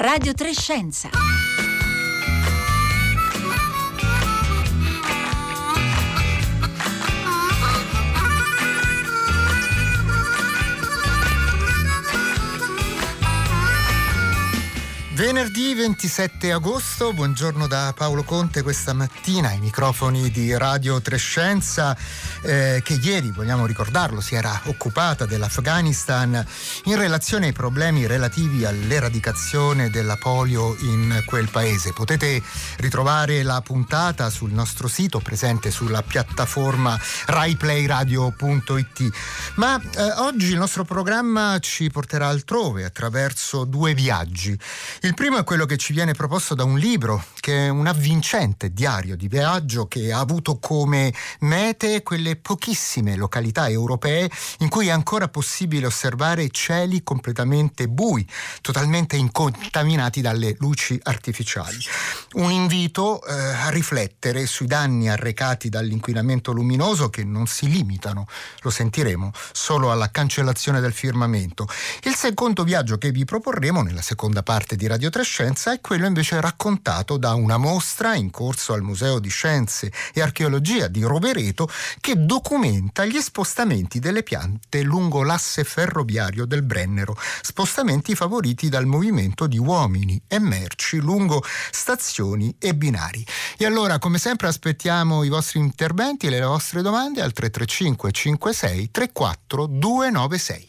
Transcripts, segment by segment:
Radio 3 Scienza. Venerdì 27 agosto, buongiorno da Paolo Conte. Questa mattina ai microfoni di Radio 3 Scienza, che ieri, vogliamo ricordarlo, si era occupata dell'Afghanistan in relazione ai problemi relativi all'eradicazione della polio in quel paese. Potete ritrovare la puntata sul nostro sito presente sulla piattaforma raiplayradio.it. Ma oggi il nostro programma ci porterà altrove attraverso due viaggi. Il primo è quello che ci viene proposto da un libro, che è un avvincente diario di viaggio che ha avuto come mete quelle pochissime località europee in cui è ancora possibile osservare cieli completamente bui, totalmente incontaminati dalle luci artificiali. Un invito a riflettere sui danni arrecati dall'inquinamento luminoso, che non si limitano, lo sentiremo, solo alla cancellazione del firmamento. Il secondo viaggio che vi proporremo nella seconda parte di Radio 3 Scienza è quello invece raccontato da una mostra in corso al Museo di Scienze e Archeologia di Rovereto, che documenta gli spostamenti delle piante lungo l'asse ferroviario del Brennero, spostamenti favoriti dal movimento di uomini e merci lungo stazioni e binari. E allora, come sempre, aspettiamo i vostri interventi e le vostre domande al 335 56 34 296.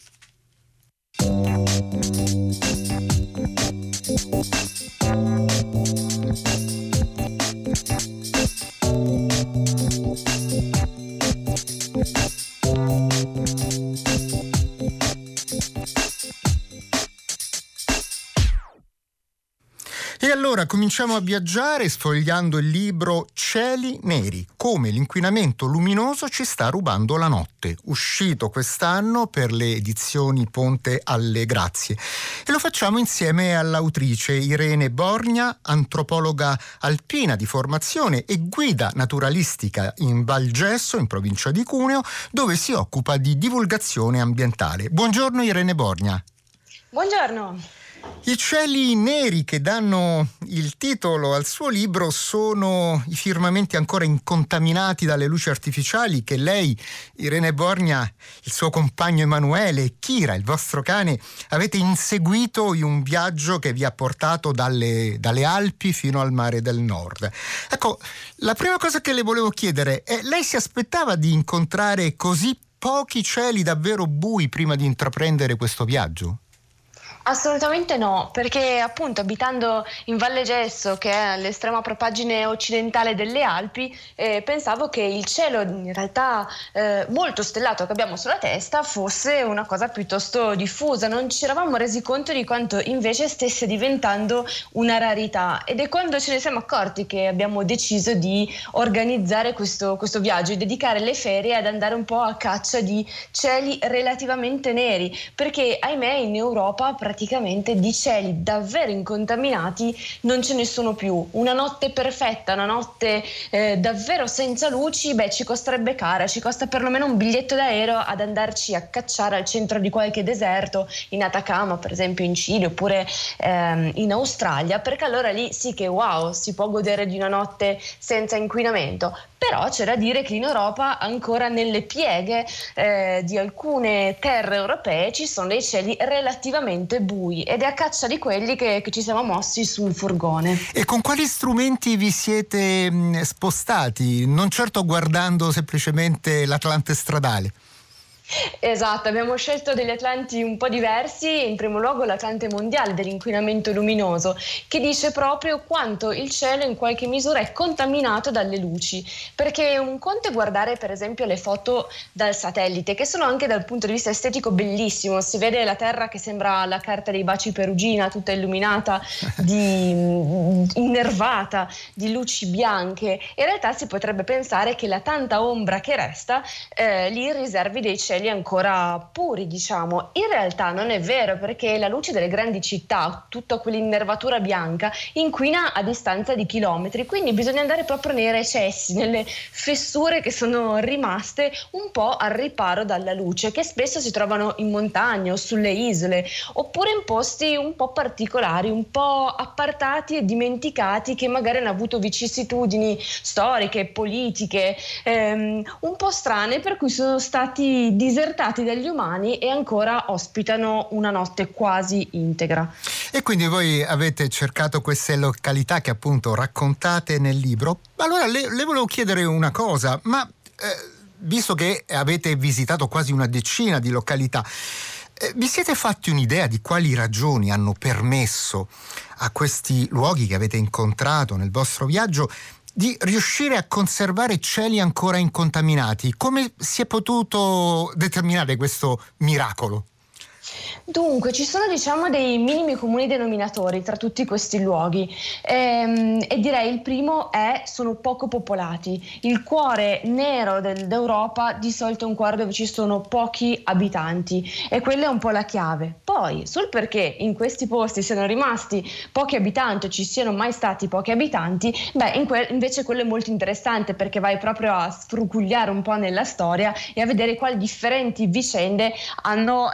E allora cominciamo a viaggiare sfogliando il libro Cieli neri, come l'inquinamento luminoso ci sta rubando la notte, uscito quest'anno per le edizioni Ponte alle Grazie. E lo facciamo insieme all'autrice Irene Borgna, antropologa alpina di formazione e guida naturalistica in Val Gesso, in provincia di Cuneo, dove si occupa di divulgazione ambientale. Buongiorno Irene Borgna. Buongiorno. I cieli neri che danno il titolo al suo libro sono i firmamenti ancora incontaminati dalle luci artificiali che lei, Irene Borgna, il suo compagno Emanuele e Kira, il vostro cane, avete inseguito in un viaggio che vi ha portato dalle Alpi fino al Mare del Nord. Ecco, la prima cosa che le volevo chiedere è: lei si aspettava di incontrare così pochi cieli davvero bui prima di intraprendere questo viaggio? Assolutamente no, perché appunto abitando in Valle Gesso, che è all'estrema propaggine occidentale delle Alpi, pensavo che il cielo in realtà molto stellato che abbiamo sulla testa fosse una cosa piuttosto diffusa. Non ci eravamo resi conto di quanto invece stesse diventando una rarità, ed è quando ce ne siamo accorti che abbiamo deciso di organizzare questo viaggio e dedicare le ferie ad andare un po' a caccia di cieli relativamente neri, perché ahimè in Europa praticamente di cieli davvero incontaminati non ce ne sono più. Una notte perfetta, una notte davvero senza luci, ci costerebbe cara, ci costa perlomeno un biglietto d'aereo ad andarci a cacciare al centro di qualche deserto, in Atacama per esempio in Cile, oppure in Australia, perché allora lì sì che wow, si può godere di una notte senza inquinamento. Però c'è da dire che in Europa, ancora nelle pieghe di alcune terre europee, ci sono dei cieli relativamente bui, ed è a caccia di quelli che ci siamo mossi sul furgone. E con quali strumenti vi siete spostati? Non certo guardando semplicemente l'Atlante stradale. Esatto, abbiamo scelto degli Atlanti un po' diversi. In primo luogo l'Atlante mondiale dell'inquinamento luminoso, che dice proprio quanto il cielo in qualche misura è contaminato dalle luci, perché un conto è guardare per esempio le foto dal satellite, che sono anche dal punto di vista estetico bellissimo. Si vede la Terra che sembra la carta dei Baci Perugina, tutta illuminata, innervata di luci bianche. In realtà si potrebbe pensare che la tanta ombra che resta li riservi dei cieli cieli ancora puri, diciamo. In realtà non è vero, perché la luce delle grandi città, tutta quell'innervatura bianca, inquina a distanza di chilometri, quindi bisogna andare proprio nei recessi, nelle fessure che sono rimaste un po' al riparo dalla luce, che spesso si trovano in montagna o sulle isole, oppure in posti un po' particolari, un po' appartati e dimenticati, che magari hanno avuto vicissitudini storiche, politiche, un po' strane, per cui sono stati disertati dagli umani e ancora ospitano una notte quasi integra. E quindi voi avete cercato queste località che appunto raccontate nel libro. Allora le volevo chiedere una cosa, ma visto che avete visitato quasi una decina di località, vi siete fatti un'idea di quali ragioni hanno permesso a questi luoghi che avete incontrato nel vostro viaggio di riuscire a conservare cieli ancora incontaminati? Come si è potuto determinare questo miracolo? Dunque, ci sono, diciamo, dei minimi comuni denominatori tra tutti questi luoghi, e direi il primo sono poco popolati. Il cuore nero d'Europa di solito è un cuore dove ci sono pochi abitanti, e quella è un po' la chiave. Poi, sul perché in questi posti siano rimasti pochi abitanti o ci siano mai stati pochi abitanti, invece quello è molto interessante, perché vai proprio a sfrucugliare un po' nella storia e a vedere quali differenti vicende hanno,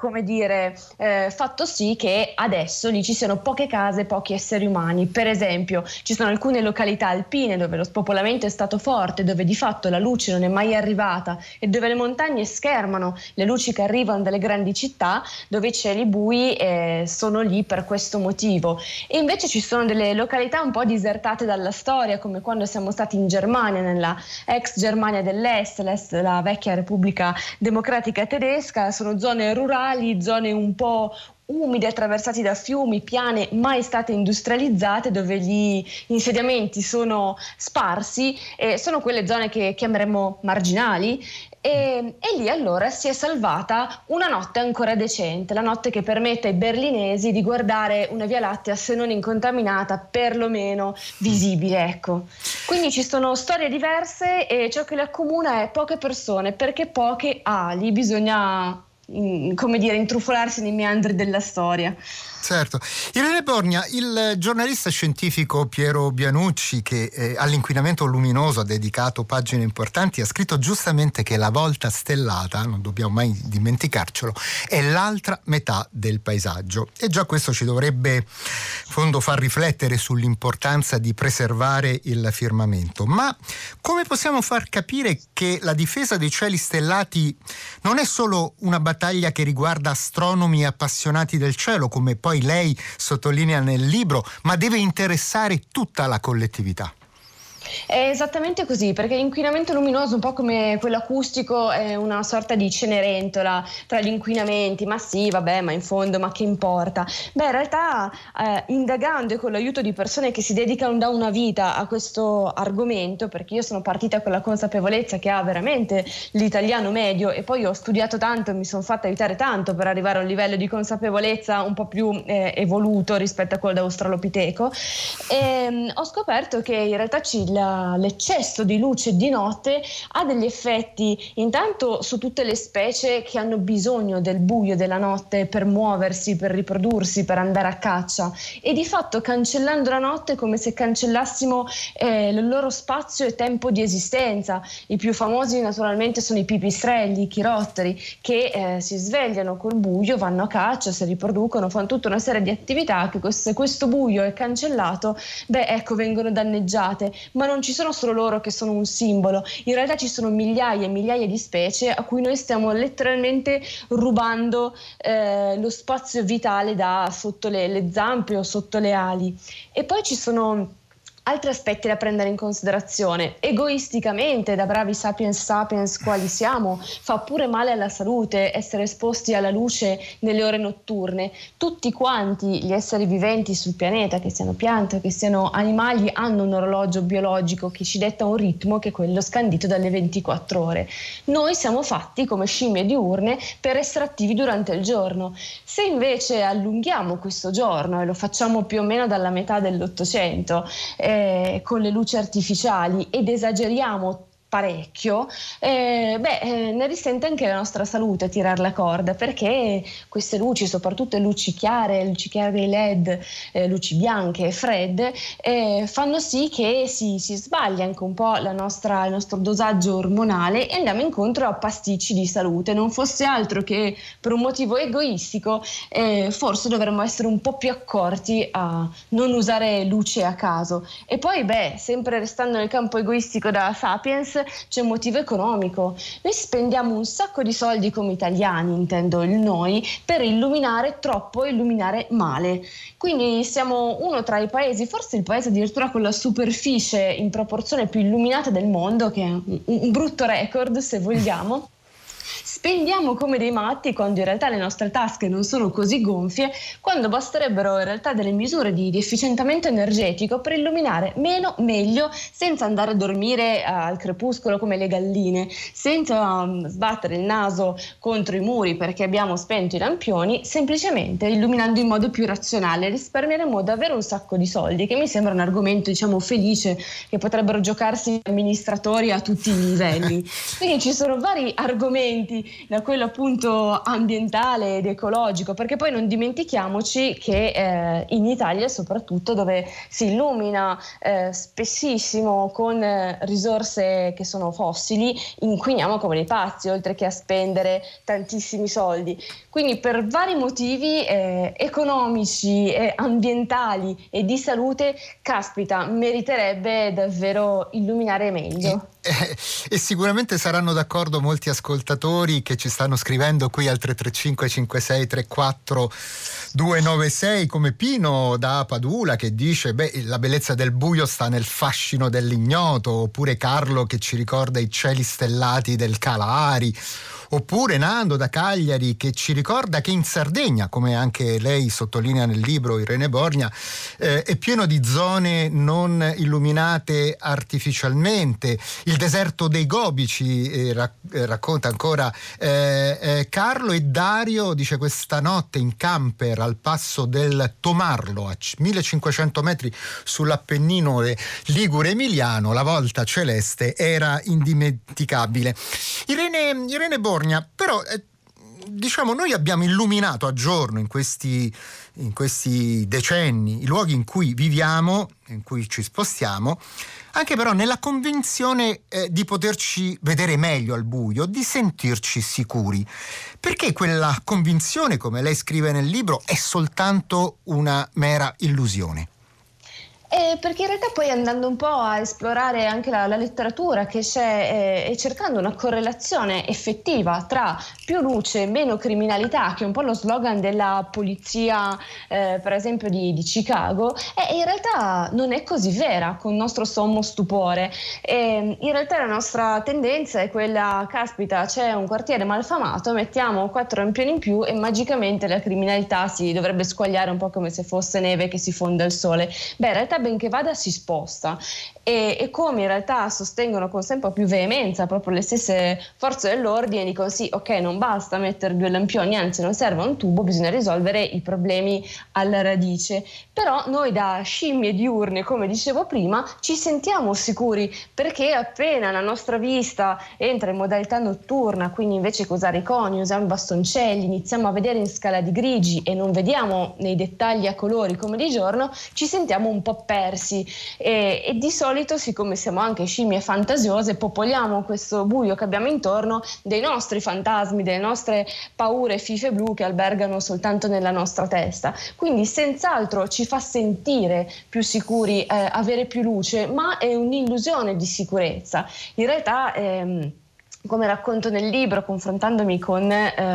fatto sì che adesso lì ci siano poche case, pochi esseri umani. Per esempio, ci sono alcune località alpine dove lo spopolamento è stato forte, dove di fatto la luce non è mai arrivata e dove le montagne schermano le luci che arrivano dalle grandi città, dove i cieli bui sono lì per questo motivo. E invece ci sono delle località un po' disertate dalla storia, come quando siamo stati in Germania, nella ex Germania dell'Est, la vecchia Repubblica Democratica Tedesca. Sono zone rurali, zone un po' umide, attraversati da fiumi, piane mai state industrializzate, dove gli insediamenti sono sparsi, e sono quelle zone che chiameremo marginali. E lì allora si è salvata una notte ancora decente, la notte che permette ai berlinesi di guardare una Via Lattea, se non incontaminata, perlomeno visibile, ecco. Quindi ci sono storie diverse, e ciò che le accomuna è poche persone, perché poche ali, bisogna intrufolarsi nei meandri della storia. Certo. Irene Borgna, il giornalista scientifico Piero Bianucci, che all'inquinamento luminoso ha dedicato pagine importanti, ha scritto giustamente che la volta stellata, non dobbiamo mai dimenticarcelo, è l'altra metà del paesaggio, e già questo ci dovrebbe in fondo far riflettere sull'importanza di preservare il firmamento. Ma come possiamo far capire che la difesa dei cieli stellati non è solo una battaglia che riguarda astronomi appassionati del cielo, come poi lei sottolinea nel libro, ma deve interessare tutta la collettività? È esattamente così, perché l'inquinamento luminoso, un po' come quello acustico, è una sorta di cenerentola tra gli inquinamenti. Ma sì, vabbè, ma in fondo, ma che importa? In realtà, indagando e con l'aiuto di persone che si dedicano da una vita a questo argomento, perché io sono partita con la consapevolezza che ha veramente l'italiano medio, e poi ho studiato tanto e mi sono fatta aiutare tanto per arrivare a un livello di consapevolezza un po' più evoluto rispetto a quello dell'Australopiteco, e ho scoperto che in realtà l'eccesso di luce di notte ha degli effetti intanto su tutte le specie che hanno bisogno del buio della notte per muoversi, per riprodursi, per andare a caccia, e di fatto cancellando la notte è come se cancellassimo il loro spazio e tempo di esistenza. I più famosi naturalmente sono i pipistrelli, i chirotteri, che si svegliano col buio, vanno a caccia, si riproducono, fanno tutta una serie di attività che se questo buio è cancellato, vengono danneggiate. Ma non ci sono solo loro che sono un simbolo, in realtà ci sono migliaia e migliaia di specie a cui noi stiamo letteralmente rubando lo spazio vitale da sotto le zampe o sotto le ali. E poi ci sono altri aspetti da prendere in considerazione. Egoisticamente, da bravi sapiens quali siamo, fa pure male alla salute essere esposti alla luce nelle ore notturne. Tutti quanti gli esseri viventi sul pianeta, che siano piante o che siano animali, hanno un orologio biologico che ci detta un ritmo, che è quello scandito dalle 24 ore. Noi siamo fatti come scimmie diurne per essere attivi durante il giorno. Se invece allunghiamo questo giorno, e lo facciamo più o meno dalla metà dell'Ottocento, con le luci artificiali, ed esageriamo parecchio, ne risente anche la nostra salute a tirar la corda, perché queste luci, soprattutto luci chiare LED, luci bianche e fredde, fanno sì che si sbaglia anche un po' il nostro dosaggio ormonale e andiamo incontro a pasticci di salute. Non fosse altro che per un motivo egoistico, forse dovremmo essere un po' più accorti a non usare luce a caso. E poi, sempre restando nel campo egoistico da Sapiens, c'è un motivo economico. Noi spendiamo un sacco di soldi come italiani, intendo il noi, per illuminare troppo e illuminare male. Quindi siamo uno tra i paesi, forse il paese addirittura con la superficie in proporzione più illuminata del mondo, che è un brutto record se vogliamo. Spendiamo come dei matti quando in realtà le nostre tasche non sono così gonfie, quando basterebbero in realtà delle misure di efficientamento energetico per illuminare meno, meglio, senza andare a dormire al crepuscolo come le galline, senza sbattere il naso contro i muri perché abbiamo spento i lampioni, semplicemente illuminando in modo più razionale. Risparmieremo davvero un sacco di soldi, che mi sembra un argomento, diciamo, felice, che potrebbero giocarsi gli amministratori a tutti i livelli. Quindi ci sono vari argomenti, da quello appunto ambientale ed ecologico, perché poi non dimentichiamoci che in Italia soprattutto, dove si illumina spessissimo con risorse che sono fossili, inquiniamo come dei pazzi, oltre che a spendere tantissimi soldi. Quindi per vari motivi economici, ambientali e di salute, caspita, meriterebbe davvero illuminare meglio. E sicuramente saranno d'accordo molti ascoltatori che ci stanno scrivendo qui al 335 56 34 296, come Pino da Padula che dice la bellezza del buio sta nel fascino dell'ignoto, oppure Carlo che ci ricorda i cieli stellati del Calari, oppure Nando da Cagliari che ci ricorda che in Sardegna, come anche lei sottolinea nel libro Irene Borgna, è pieno di zone non illuminate artificialmente. Il deserto dei Gobi ci racconta ancora Carlo, e Dario dice: questa notte in camper al passo del Tomarlo a 1500 metri sull'Appennino ligure emiliano, la volta celeste era indimenticabile. Irene Borgna, però diciamo, noi abbiamo illuminato a giorno in questi decenni i luoghi in cui viviamo, in cui ci spostiamo, anche però nella convinzione di poterci vedere meglio al buio, di sentirci sicuri. Perché quella convinzione, come lei scrive nel libro, è soltanto una mera illusione? Perché in realtà poi, andando un po' a esplorare anche la letteratura che c'è, e cercando una correlazione effettiva tra più luce e meno criminalità, che è un po' lo slogan della polizia per esempio di Chicago, in realtà non è così vera, con nostro sommo stupore. In realtà la nostra tendenza è quella: caspita, c'è un quartiere malfamato, mettiamo 4 lampioni in più e magicamente la criminalità si dovrebbe squagliare, un po' come se fosse neve che si fonde al sole. In realtà benché vada si sposta, e come in realtà sostengono con sempre più veemenza proprio le stesse forze dell'ordine, dicono sì, ok, non basta mettere 2 lampioni, anzi non serve un tubo, bisogna risolvere i problemi alla radice. Però noi da scimmie diurne, come dicevo prima, ci sentiamo sicuri, perché appena la nostra vista entra in modalità notturna, quindi invece che usare i coni usiamo i bastoncelli, iniziamo a vedere in scala di grigi e non vediamo nei dettagli a colori come di giorno, ci sentiamo un po' persi, e di solito, siccome siamo anche scimmie fantasiose, popoliamo questo buio che abbiamo intorno dei nostri fantasmi, delle nostre paure fife blu che albergano soltanto nella nostra testa. Quindi senz'altro ci fa sentire più sicuri avere più luce, ma è un'illusione di sicurezza. In realtà come racconto nel libro, confrontandomi con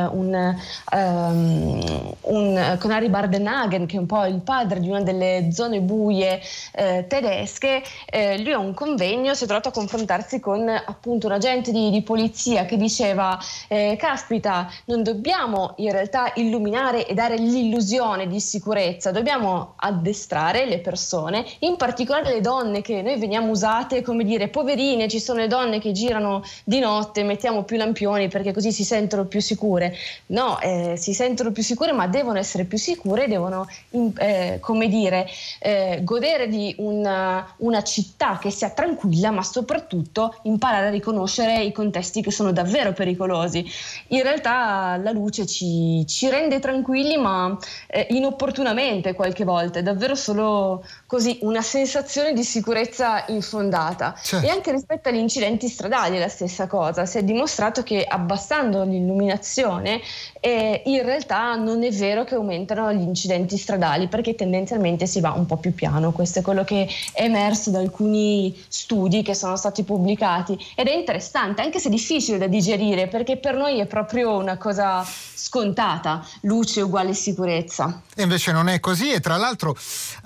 con Harry Bardenhagen, che è un po' il padre di una delle zone buie tedesche, lui a un convegno si è trovato a confrontarsi con appunto un agente di polizia che diceva caspita, non dobbiamo in realtà illuminare e dare l'illusione di sicurezza, dobbiamo addestrare le persone, in particolare le donne, che noi veniamo usate come dire poverine, ci sono le donne che girano di notte, mettiamo più lampioni perché così si sentono più sicure. No, si sentono più sicure, ma devono essere essere più sicure, devono godere di una città che sia tranquilla, ma soprattutto imparare a riconoscere i contesti che sono davvero pericolosi. In realtà la luce ci rende tranquilli, ma inopportunamente qualche volta, è davvero solo così una sensazione di sicurezza infondata. Certo. E anche rispetto agli incidenti stradali è la stessa cosa. Si è dimostrato che abbassando l'illuminazione in realtà non è vero che aumentano gli incidenti stradali, perché tendenzialmente si va un po' più piano. Questo è quello che è emerso da alcuni studi che sono stati pubblicati, ed è interessante, anche se difficile da digerire, perché per noi è proprio una cosa scontata: luce uguale sicurezza. E invece non è così, e tra l'altro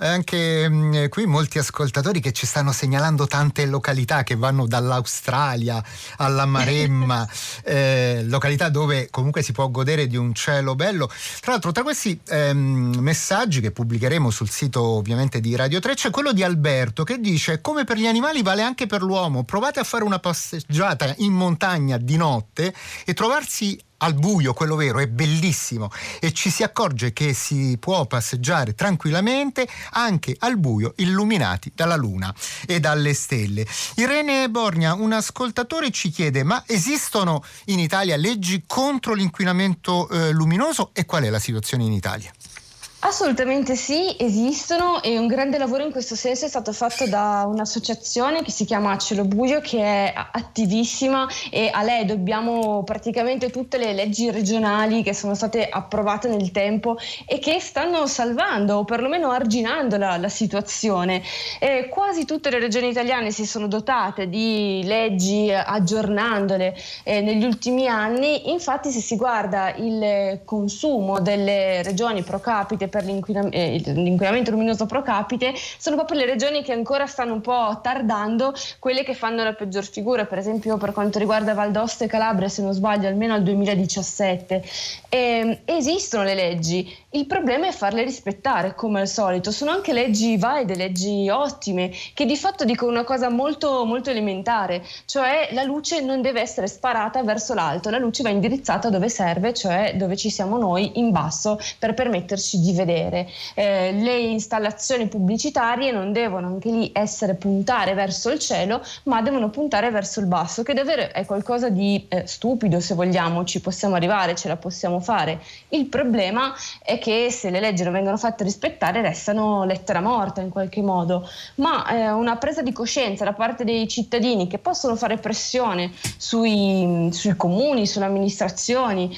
anche qui molti ascoltatori che ci stanno segnalando tante località che vanno dall'Australia alla Maremma, località dove comunque si può godere di un cielo bello. Tra l'altro, tra questi messaggi che pubblicheremo sul sito ovviamente di Radio 3 c'è quello di Alberto che dice: come per gli animali vale anche per l'uomo, provate a fare una passeggiata in montagna di notte e trovarsi al buio, quello vero, è bellissimo, e ci si accorge che si può passeggiare tranquillamente anche al buio, illuminati dalla luna e dalle stelle. Irene Borgna, un ascoltatore, ci chiede: ma esistono in Italia leggi contro l'inquinamento luminoso, e qual è la situazione in Italia? Assolutamente sì, esistono, e un grande lavoro in questo senso è stato fatto da un'associazione che si chiama Cielo Buio, che è attivissima, e a lei dobbiamo praticamente tutte le leggi regionali che sono state approvate nel tempo e che stanno salvando o perlomeno arginando la situazione. Quasi tutte le regioni italiane si sono dotate di leggi aggiornandole negli ultimi anni. Infatti, se si guarda il consumo delle regioni pro capite per l'inquinamento luminoso pro capite, sono proprio le regioni che ancora stanno un po' tardando, quelle che fanno la peggior figura. Per esempio, per quanto riguarda Val d'Aosta e Calabria, se non sbaglio almeno al 2017 esistono le leggi. Il problema è farle rispettare, come al solito. Sono anche leggi valide, leggi ottime, che di fatto dicono una cosa molto, molto elementare, cioè la luce non deve essere sparata verso l'alto, la luce va indirizzata dove serve, cioè dove ci siamo noi in basso, per permetterci di vedere. Le installazioni pubblicitarie non devono anche lì puntare verso il cielo, ma devono puntare verso il basso, che davvero è qualcosa di stupido, se vogliamo. Ci possiamo arrivare, ce la possiamo fare. Il problema è che se le leggi non vengono fatte rispettare, restano lettera morta in qualche modo. Ma una presa di coscienza da parte dei cittadini, che possono fare pressione sui comuni, sulle amministrazioni,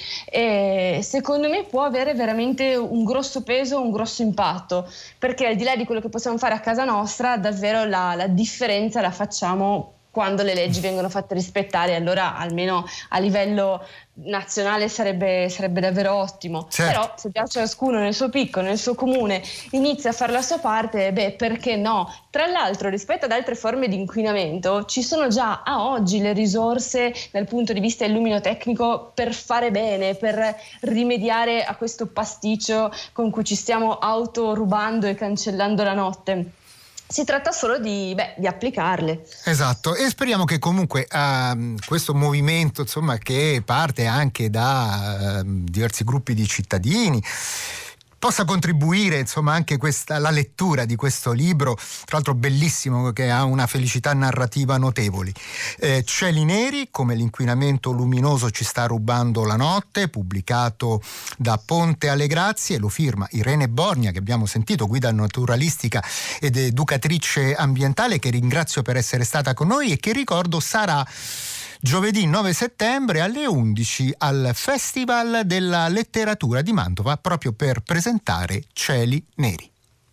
secondo me può avere veramente un grosso peso, un grosso impatto, perché al di là di quello che possiamo fare a casa nostra, davvero la differenza la facciamo quando le leggi vengono fatte rispettare. Allora almeno a livello nazionale sarebbe davvero ottimo. Certo. Però se già ciascuno nel suo picco, nel suo comune, inizia a fare la sua parte, perché no? Tra l'altro, rispetto ad altre forme di inquinamento, ci sono già a oggi le risorse dal punto di vista illumino-tecnico per fare bene, per rimediare a questo pasticcio con cui ci stiamo autorubando e cancellando la notte. Si tratta solo di applicarle. Esatto, e speriamo che comunque questo movimento, insomma, che parte anche da diversi gruppi di cittadini, possa contribuire, insomma, anche la lettura di questo libro, tra l'altro bellissimo, che ha una felicità narrativa notevoli. Cieli neri, come l'inquinamento luminoso ci sta rubando la notte, pubblicato da Ponte alle Grazie, lo firma Irene Borgna, che abbiamo sentito, guida naturalistica ed educatrice ambientale, che ringrazio per essere stata con noi e che, ricordo, sarà giovedì 9 settembre alle 11 al Festival della Letteratura di Mantova, proprio per presentare Cieli Neri.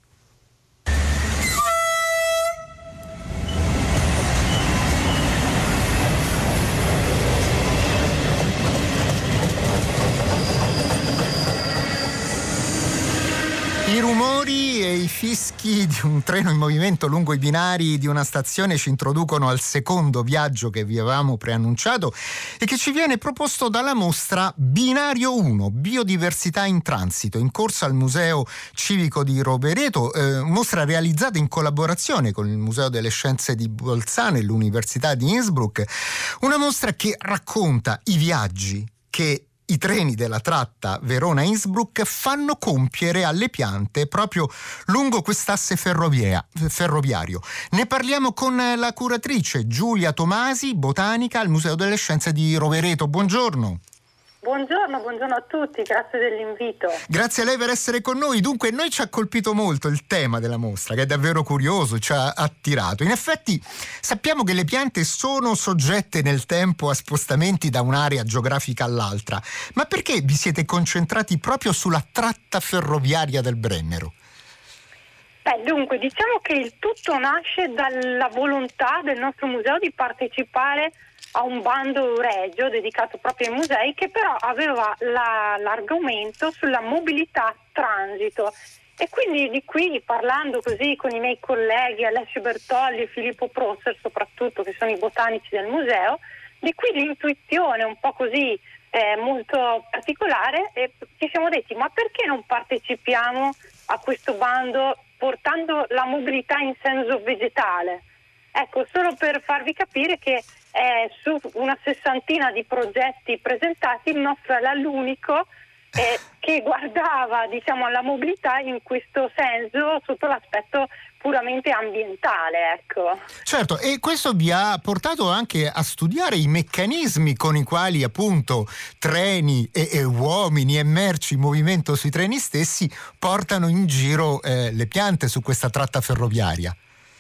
I rumori e i fischi di un treno in movimento lungo i binari di una stazione ci introducono al secondo viaggio che vi avevamo preannunciato e che ci viene proposto dalla mostra Binario 1, Biodiversità in transito, in corso al Museo Civico di Rovereto, mostra realizzata in collaborazione con il Museo delle Scienze di Bolzano e l'Università di Innsbruck, una mostra che racconta i viaggi che i treni della tratta Verona-Innsbruck fanno compiere alle piante proprio lungo quest'asse ferroviario. Ne parliamo con la curatrice Giulia Tomasi, botanica al Museo delle Scienze di Rovereto. Buongiorno. Buongiorno a tutti, grazie dell'invito. Grazie a lei per essere con noi. Dunque, noi ci ha colpito molto il tema della mostra, che è davvero curioso, ci ha attirato. In effetti, sappiamo che le piante sono soggette nel tempo a spostamenti da un'area geografica all'altra, ma perché vi siete concentrati proprio sulla tratta ferroviaria del Brennero? Dunque, diciamo che il tutto nasce dalla volontà del nostro museo di partecipare a un bando regio dedicato proprio ai musei, che però aveva l'argomento sulla mobilità transito, e quindi di qui, parlando così con i miei colleghi Alessio Bertolli e Filippo Prosser soprattutto, che sono i botanici del museo, di qui l'intuizione un po' così molto particolare, e ci siamo detti: ma perché non partecipiamo a questo bando portando la mobilità in senso vegetale? Ecco, solo per farvi capire che su una 60 di progetti presentati, il nostro era l'unico che guardava, diciamo, la mobilità in questo senso sotto l'aspetto puramente ambientale, ecco. Certo, e questo vi ha portato anche a studiare i meccanismi con i quali appunto treni e uomini e merci in movimento sui treni stessi portano in giro le piante su questa tratta ferroviaria.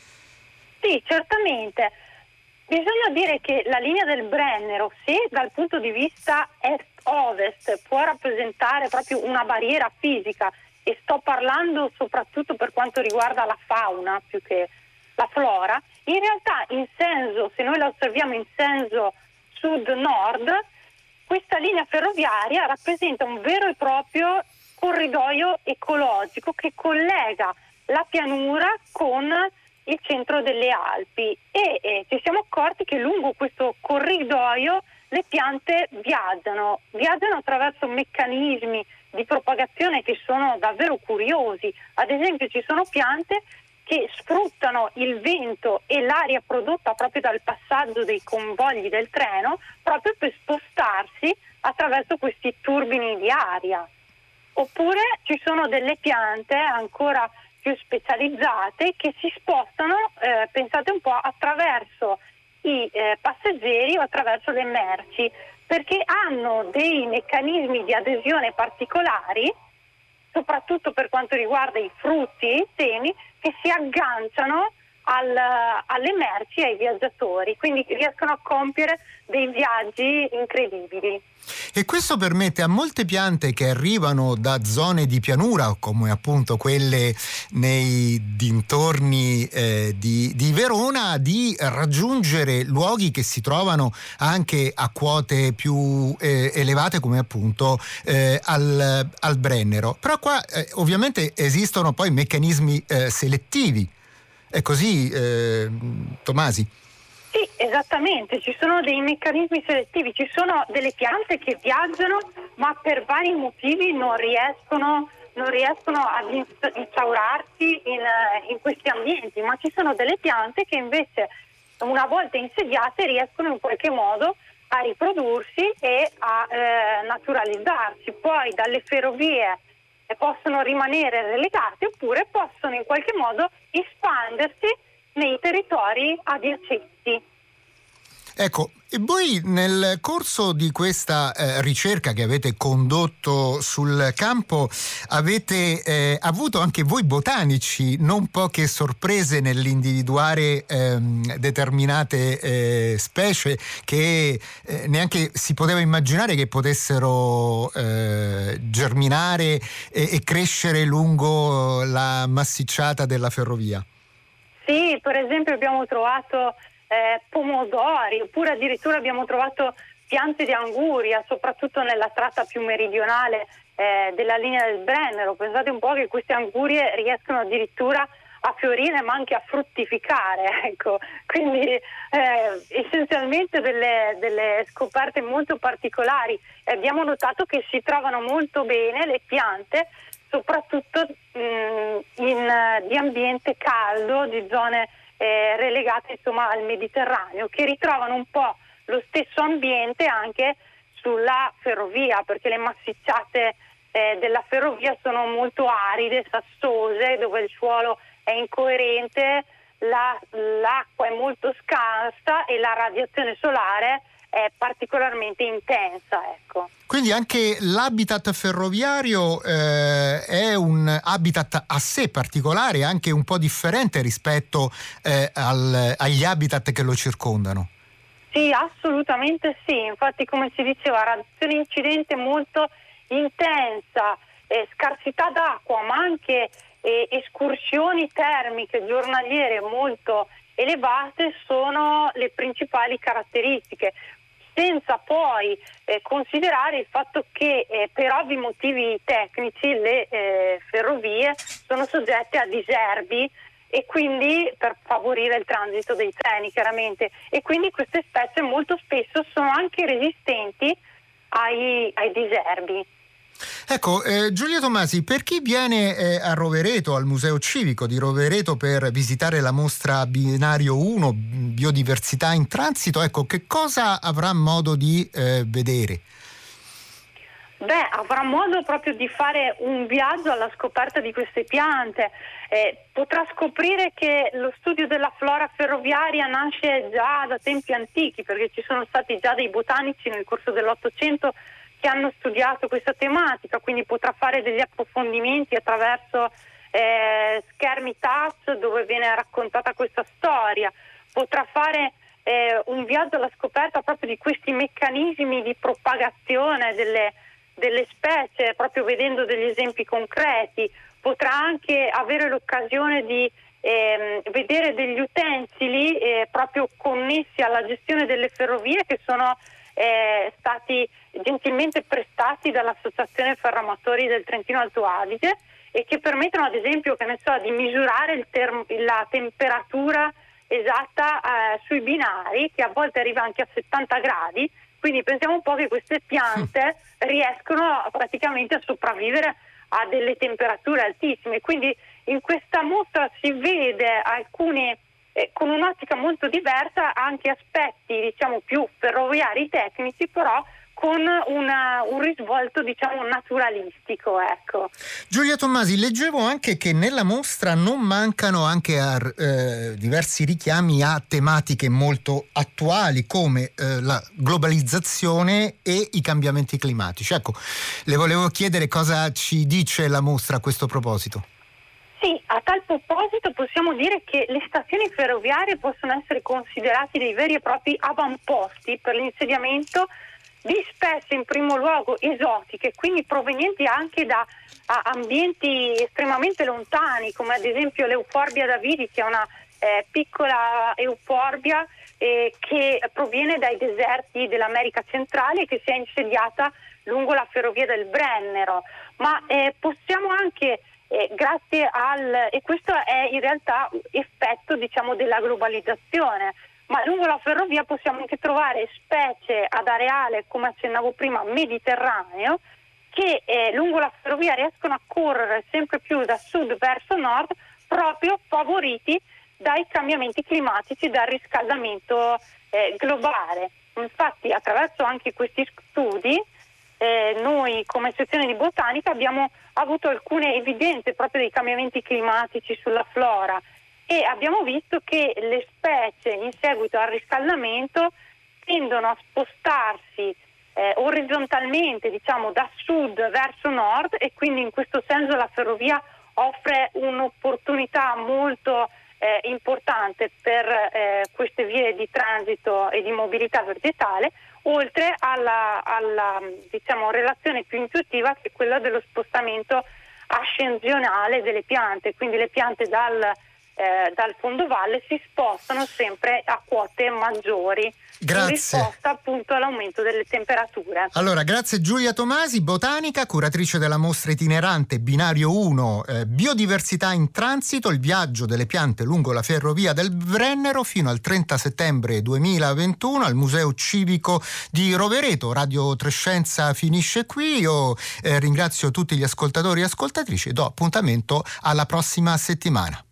Sì, certamente. Bisogna dire che la linea del Brennero, se dal punto di vista est-ovest può rappresentare proprio una barriera fisica, e sto parlando soprattutto per quanto riguarda la fauna più che la flora, in realtà se noi la osserviamo in senso sud-nord, questa linea ferroviaria rappresenta un vero e proprio corridoio ecologico che collega la pianura con il centro delle Alpi, e ci siamo accorti che lungo questo corridoio le piante viaggiano attraverso meccanismi di propagazione che sono davvero curiosi. Ad esempio, ci sono piante che sfruttano il vento e l'aria prodotta proprio dal passaggio dei convogli del treno proprio per spostarsi attraverso questi turbini di aria. Oppure ci sono delle piante ancora più specializzate che si spostano, pensate un po', attraverso i passeggeri o attraverso le merci, perché hanno dei meccanismi di adesione particolari, soprattutto per quanto riguarda i frutti e i semi, che si agganciano alle merci e ai viaggiatori, quindi riescono a compiere dei viaggi incredibili. E questo permette a molte piante che arrivano da zone di pianura, come appunto quelle nei dintorni di Verona, di raggiungere luoghi che si trovano anche a quote più elevate, come appunto al Brennero. Però qua ovviamente esistono poi meccanismi selettivi. È così, Tomasi? Sì, esattamente, ci sono dei meccanismi selettivi, ci sono delle piante che viaggiano ma per vari motivi non riescono ad instaurarsi in questi ambienti, ma ci sono delle piante che invece una volta insediate riescono in qualche modo a riprodursi e a naturalizzarsi. Poi dalle ferrovie possono rimanere relegate oppure possono in qualche modo espandersi nei territori adiacenti. Ecco, e voi nel corso di questa ricerca che avete condotto sul campo avete avuto anche voi botanici non poche sorprese nell'individuare determinate specie che neanche si poteva immaginare che potessero germinare e crescere lungo la massicciata della ferrovia. Sì, per esempio abbiamo trovato pomodori, oppure addirittura abbiamo trovato piante di anguria, soprattutto nella tratta più meridionale della linea del Brennero. Pensate un po' che queste angurie riescono addirittura a fiorire ma anche a fruttificare, ecco. Quindi essenzialmente delle scoperte molto particolari. Abbiamo notato che si trovano molto bene le piante soprattutto di ambiente caldo, di zone relegate insomma al Mediterraneo, che ritrovano un po' lo stesso ambiente anche sulla ferrovia, perché le massicciate della ferrovia sono molto aride, sassose, dove il suolo è incoerente, l'acqua è molto scarsa e la radiazione solare è particolarmente intensa, ecco. Quindi anche l'habitat ferroviario è un habitat a sé particolare, anche un po' differente rispetto agli habitat che lo circondano. Sì, assolutamente sì. Infatti, come si diceva, radiazione incidente molto intensa, scarsità d'acqua, ma anche escursioni termiche giornaliere molto elevate sono le principali caratteristiche, senza poi considerare il fatto che per ovvi motivi tecnici le ferrovie sono soggette a diserbi, e quindi per favorire il transito dei treni, chiaramente, e quindi queste specie molto spesso sono anche resistenti ai diserbi. Ecco, Giulia Tomasi, per chi viene a Rovereto, al Museo Civico di Rovereto, per visitare la mostra Binario 1, Biodiversità in Transito, ecco, che cosa avrà modo di vedere? Avrà modo proprio di fare un viaggio alla scoperta di queste piante, potrà scoprire che lo studio della flora ferroviaria nasce già da tempi antichi, perché ci sono stati già dei botanici nel corso dell'Ottocento che hanno studiato questa tematica, quindi potrà fare degli approfondimenti attraverso schermi touch dove viene raccontata questa storia, potrà fare un viaggio alla scoperta proprio di questi meccanismi di propagazione delle specie, proprio vedendo degli esempi concreti. Potrà anche avere l'occasione di vedere degli utensili proprio connessi alla gestione delle ferrovie, che sono stati gentilmente prestati dall'Associazione Ferramatori del Trentino Alto Adige, e che permettono, ad esempio, di misurare la temperatura esatta sui binari, che a volte arriva anche a 70 gradi. Quindi pensiamo un po' che queste piante riescono praticamente a sopravvivere a delle temperature altissime. Quindi in questa mostra si vede alcuni, con un'ottica molto diversa, anche aspetti, diciamo, più ferroviari tecnici, però con un risvolto, diciamo, naturalistico, ecco. Giulia Tommasi, leggevo anche che nella mostra non mancano anche diversi richiami a tematiche molto attuali, come la globalizzazione e i cambiamenti climatici. Ecco, le volevo chiedere cosa ci dice la mostra a questo proposito. Sì, a tal proposito possiamo dire che le stazioni ferroviarie possono essere considerate dei veri e propri avamposti per l'insediamento di specie, in primo luogo esotiche, quindi provenienti anche da ambienti estremamente lontani, come ad esempio l'Euforbia davidi, che è una piccola euforbia che proviene dai deserti dell'America centrale e che si è insediata lungo la ferrovia del Brennero. Ma possiamo anche grazie e questo è in realtà effetto, diciamo, della globalizzazione, ma lungo la ferrovia possiamo anche trovare specie ad areale, come accennavo prima, mediterraneo, che lungo la ferrovia riescono a correre sempre più da sud verso nord, proprio favoriti dai cambiamenti climatici, dal riscaldamento globale. Infatti, attraverso anche questi studi, noi come sezione di botanica abbiamo avuto alcune evidenze proprio dei cambiamenti climatici sulla flora, e abbiamo visto che le specie in seguito al riscaldamento tendono a spostarsi orizzontalmente, diciamo, da sud verso nord, e quindi in questo senso la ferrovia offre un'opportunità molto importante per queste vie di transito e di mobilità vegetale, oltre alla diciamo, relazione più intuitiva, che è quella dello spostamento ascensionale delle piante. Quindi le piante dal fondovalle si spostano sempre a quote maggiori. Grazie. In risposta appunto all'aumento delle temperature. Allora, grazie Giulia Tomasi, botanica, curatrice della mostra itinerante Binario 1, Biodiversità in Transito, il viaggio delle piante lungo la ferrovia del Brennero, fino al 30 settembre 2021 al Museo Civico di Rovereto. Radio Trescenza finisce qui. Io ringrazio tutti gli ascoltatori e ascoltatrici e do appuntamento alla prossima settimana.